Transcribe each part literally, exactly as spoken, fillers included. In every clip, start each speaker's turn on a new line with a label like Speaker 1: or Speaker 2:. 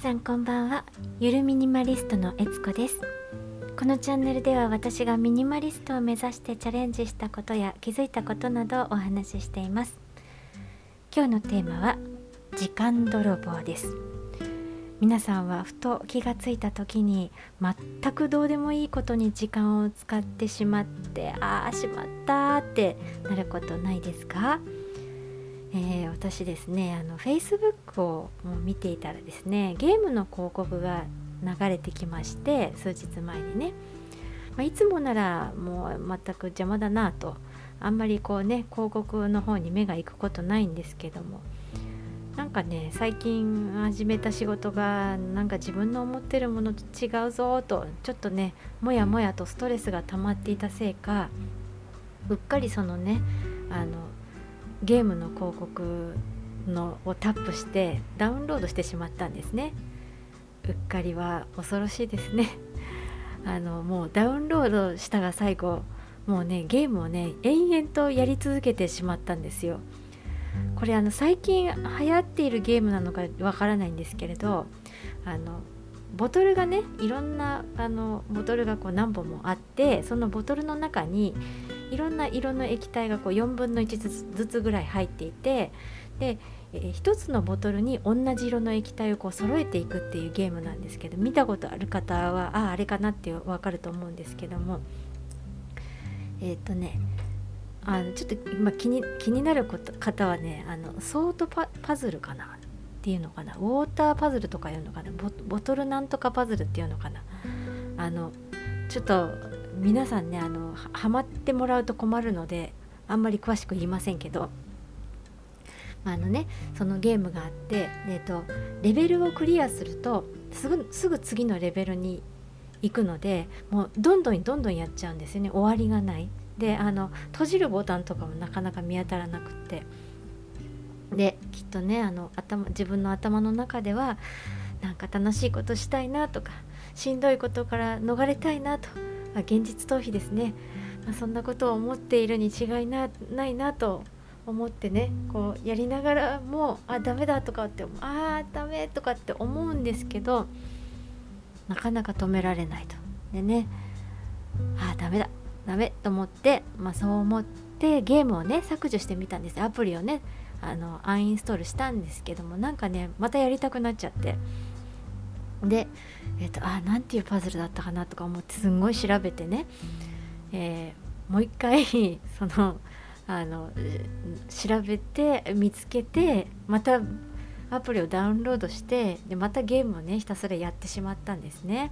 Speaker 1: さんこんばんは。ゆるミニマリストのえつこです。このチャンネルでは私がミニマリストを目指してチャレンジしたことや気づいたことなどをお話ししています。今日のテーマは時間泥棒です。皆さんはふと気がついた時に全くどうでもいいことに時間を使ってしまって、ああしまったってなることないですか？えー、私ですね、あの Facebook を見ていたらですね、ゲームの広告が流れてきまして、数日前にね、まあ、いつもならもう全く邪魔だなと、あんまりこうね広告の方に目が行くことないんですけども、なんかね最近始めた仕事がなんか自分の思ってるものと違うぞと、ちょっとねもやもやとストレスが溜まっていたせいか、うっかりそのねあのゲームの広告のをタップしてダウンロードしてしまったんですね。うっかりは恐ろしいですね。あのもうダウンロードしたが最後、もうねゲームをね延々とやり続けてしまったんですよ。これあの最近流行っているゲームなのかわからないんですけれど、あのボトルがねいろんなあのボトルがこう何本もあって、そのボトルの中にいろんな色の液体がこうよんぶんのいちずつ、ずつぐらい入っていて、で、えー、ひとつのボトルに同じ色の液体をこう揃えていくっていうゲームなんですけど、見たことある方はああれかなって分かると思うんですけども、えっ、ー、とねあのちょっと今気に気になること方はね、あのソート パ, パズルかなっていうのかな、ウォーターパズルとかいうのかな、 ボ, ボトルなんとかパズルっていうのかな、あのちょっと皆さんねあのハマってもらうと困るのであんまり詳しく言いませんけど、あのねそのゲームがあって、えーと、レベルをクリアするとすぐすぐ次のレベルに行くので、もうどんどんどんどんやっちゃうんですよね。終わりがないで、あの閉じるボタンとかもなかなか見当たらなくって、できっとねあの頭自分の頭の中ではなんか楽しいことしたいなとか、しんどいことから逃れたいなと、まあ、現実逃避ですね、まあ、そんなことを思っているに違い な, ないなと思ってね、こうやりながらもあダメだとかってあーダメとかって思うんですけど、なかなか止められないと。でね、あーダメだダメと思って、まあ、そう思ってゲームをね削除してみたんです。アプリをねあのアンインストールしたんですけども、なんかねまたやりたくなっちゃって、で、えーと、あなんていうパズルだったかなとか思ってすんごい調べてね、えー、もう一回そのあの調べて見つけて、またアプリをダウンロードして、でまたゲームをねひたすらやってしまったんですね。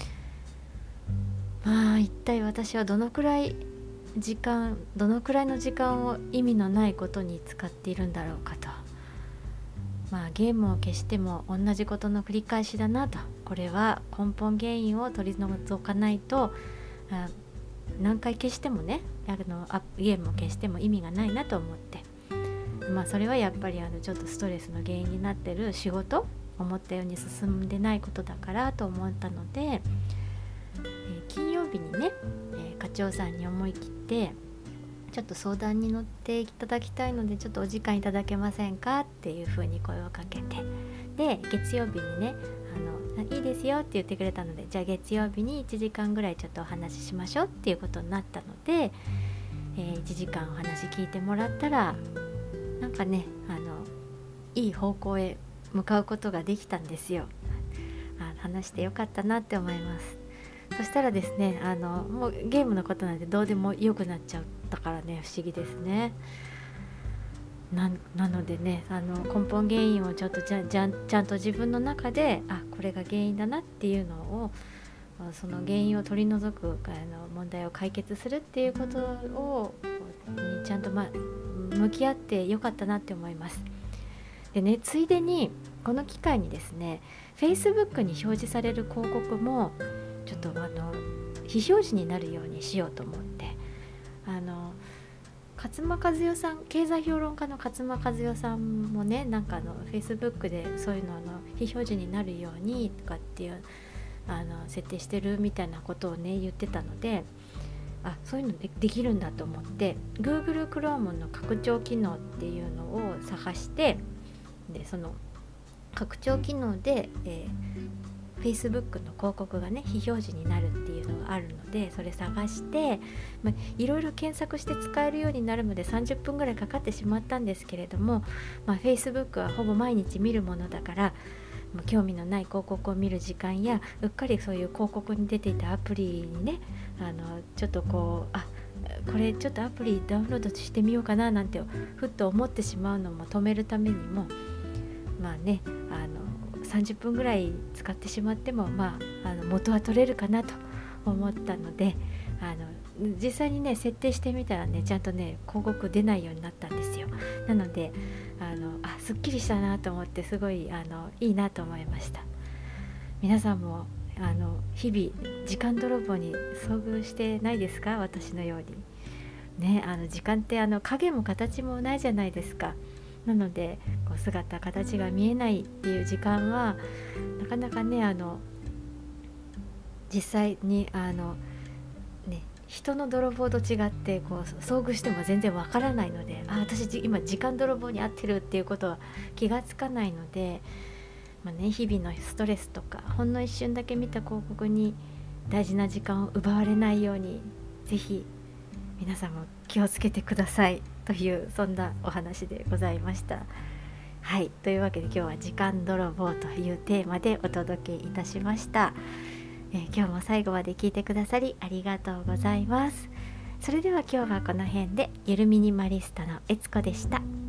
Speaker 1: まあ一体私はどのくらい時間どのくらいの時間を意味のないことに使っているんだろうかと。まあゲームを消しても同じことの繰り返しだなと。これは根本原因を取り除かないと、あ何回消してもねあのゲームを消しても意味がないなと思って、まあそれはやっぱりあのちょっとストレスの原因になってる仕事、思ったように進んでないことだからと思ったので、えー、金曜日にね、えー、課長さんに思い切ってちょっと相談に乗っていただきたいので、ちょっとお時間いただけませんかっていうふうに声をかけて、で月曜日にねあのいいですよって言ってくれたので、じゃあ月曜日にいちじかんぐらいちょっとお話ししましょうっていうことになったので、えー、いちじかんお話聞いてもらったら、なんかねあのいい方向へ向かうことができたんですよ。あ話してよかったなって思います。そしたらですね、あのもうゲームのことなんてどうでもよくなっちゃったからね、不思議ですね。 な, なのでねあの根本原因をちょっとじゃじゃちゃんと自分の中で、あこれが原因だなっていうのを、その原因を取り除くあの問題を解決するっていうことをにちゃんと、ま、向き合ってよかったなって思います。でね、ついでにこの機会にですね Facebook に表示される広告もちょっとあの非表示になるようにしようと思って、あの勝間和代さん、経済評論家の勝間和代さんもね、なんかあの Facebook でそういうのの非表示になるようにとかっていうあの設定してるみたいなことをね言ってたので、あそういうの で, できるんだと思って Google Chrome の拡張機能っていうのを探して、でその拡張機能で、えー、Facebook の広告がね非表示になるっていうのがあるので、それ探して、まあ、いろいろ検索して使えるようになるまでさんじゅっぷんぐらいかかってしまったんですけれども、まあ、Facebook はほぼ毎日見るものだから、まあ、興味のない広告を見る時間や、うっかりそういう広告に出ていたアプリにね、あのちょっとこうあこれちょっとアプリダウンロードしてみようかななんてふっと思ってしまうのも止めるためにも、まあね、あのさんじゅっぷんぐらい使ってしまっても、まあ、あの元は取れるかなと思ったので、あの実際にね設定してみたらね、ちゃんとね広告出ないようになったんですよ。なのであのあすっきりしたなと思って、すごいあのいいなと思いました。皆さんもあの日々時間泥棒に遭遇してないですか？私のようにね、あの時間ってあの影も形もないじゃないですか。なのでこう姿形が見えないっていう時間はなかなかね、あの実際にあのね人の泥棒と違ってこう遭遇しても全然わからないので、あ私今時間泥棒に遭ってるっていうことは気がつかないので、まあね、日々のストレスとかほんの一瞬だけ見た広告に大事な時間を奪われないように、ぜひ皆さんも気をつけてくださいという、そんなお話でございました。はい、というわけで今日は時間泥棒というテーマでお届けいたしました。えー、今日も最後まで聞いてくださりありがとうございます。それでは今日はこの辺で、ゆるミニマリストのえつこでした。